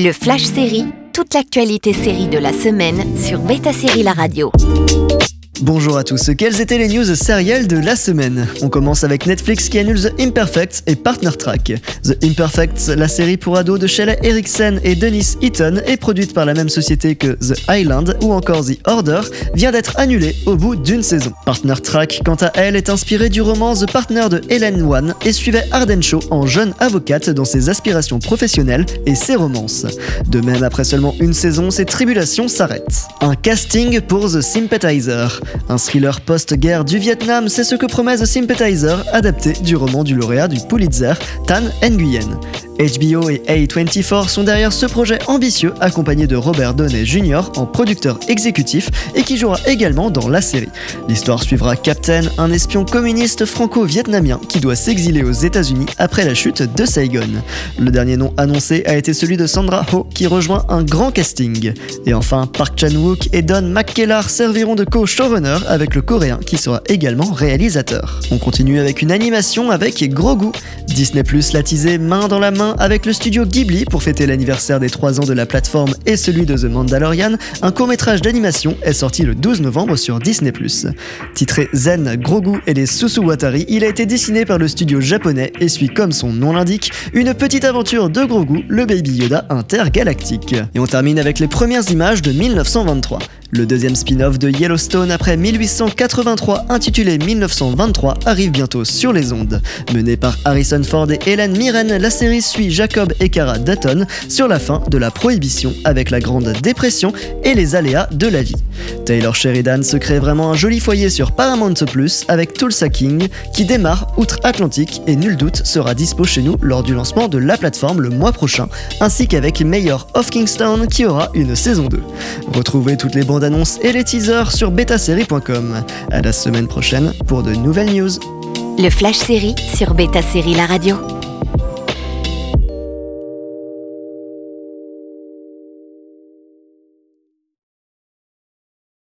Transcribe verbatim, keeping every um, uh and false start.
Le Flash Série, toute l'actualité série de la semaine sur Beta Série La Radio. Bonjour à tous, quelles étaient les news sérielles de la semaine? On commence avec Netflix qui annule The Imperfects et Partner Track. The Imperfects, la série pour ados de Shelley Erickson et Dennis Eaton, est produite par la même société que The Island ou encore The Order, vient d'être annulée au bout d'une saison. Partner Track, quant à elle, est inspirée du roman The Partner de Helen Wan et suivait Arden Shaw en jeune avocate dans ses aspirations professionnelles et ses romances. De même, après seulement une saison, ses tribulations s'arrêtent. Un casting pour The Sympathizer. Un thriller post-guerre du Vietnam, c'est ce que promet The Sympathizer, adapté du roman du lauréat du Pulitzer, Tan Nguyen. H B O et A vingt-quatre sont derrière ce projet ambitieux, accompagné de Robert Downey junior en producteur exécutif et qui jouera également dans la série. L'histoire suivra Captain, un espion communiste franco-vietnamien qui doit s'exiler aux États-Unis après la chute de Saigon. Le dernier nom annoncé a été celui de Sandra Oh qui rejoint un grand casting. Et enfin, Park Chan-wook et Don McKellar serviront de co-showrunner avec le coréen qui sera également réalisateur. On continue avec une animation avec Grogu. Disney plus l'a teasé main dans la main avec le studio Ghibli pour fêter l'anniversaire des trois ans de la plateforme et celui de The Mandalorian. Un court-métrage d'animation est sorti le douze novembre sur Disney plus. Titré Zen, Grogu et les Susuwatari, il a été dessiné par le studio japonais et suit, comme son nom l'indique, une petite aventure de Grogu, le Baby Yoda intergalactique. Et on termine avec les premières images de mille neuf cent vingt-trois. Le deuxième spin-off de Yellowstone après mille huit cent quatre-vingt-trois, intitulé mille neuf cent vingt-trois, arrive bientôt sur les ondes. Menée par Harrison Ford et Helen Mirren, la série suit Jacob et Cara Dutton sur la fin de la Prohibition avec la Grande Dépression et les aléas de la vie. Taylor Sheridan se crée vraiment un joli foyer sur Paramount plus avec Tulsa King qui démarre outre-Atlantique et nul doute sera dispo chez nous lors du lancement de la plateforme le mois prochain, ainsi qu'avec Mayor of Kingstown qui aura une saison deux. Retrouvez toutes les bandes annonces et les teasers sur beta série point com. À la semaine prochaine pour de nouvelles news. Le Flash Série sur Beta Série La Radio.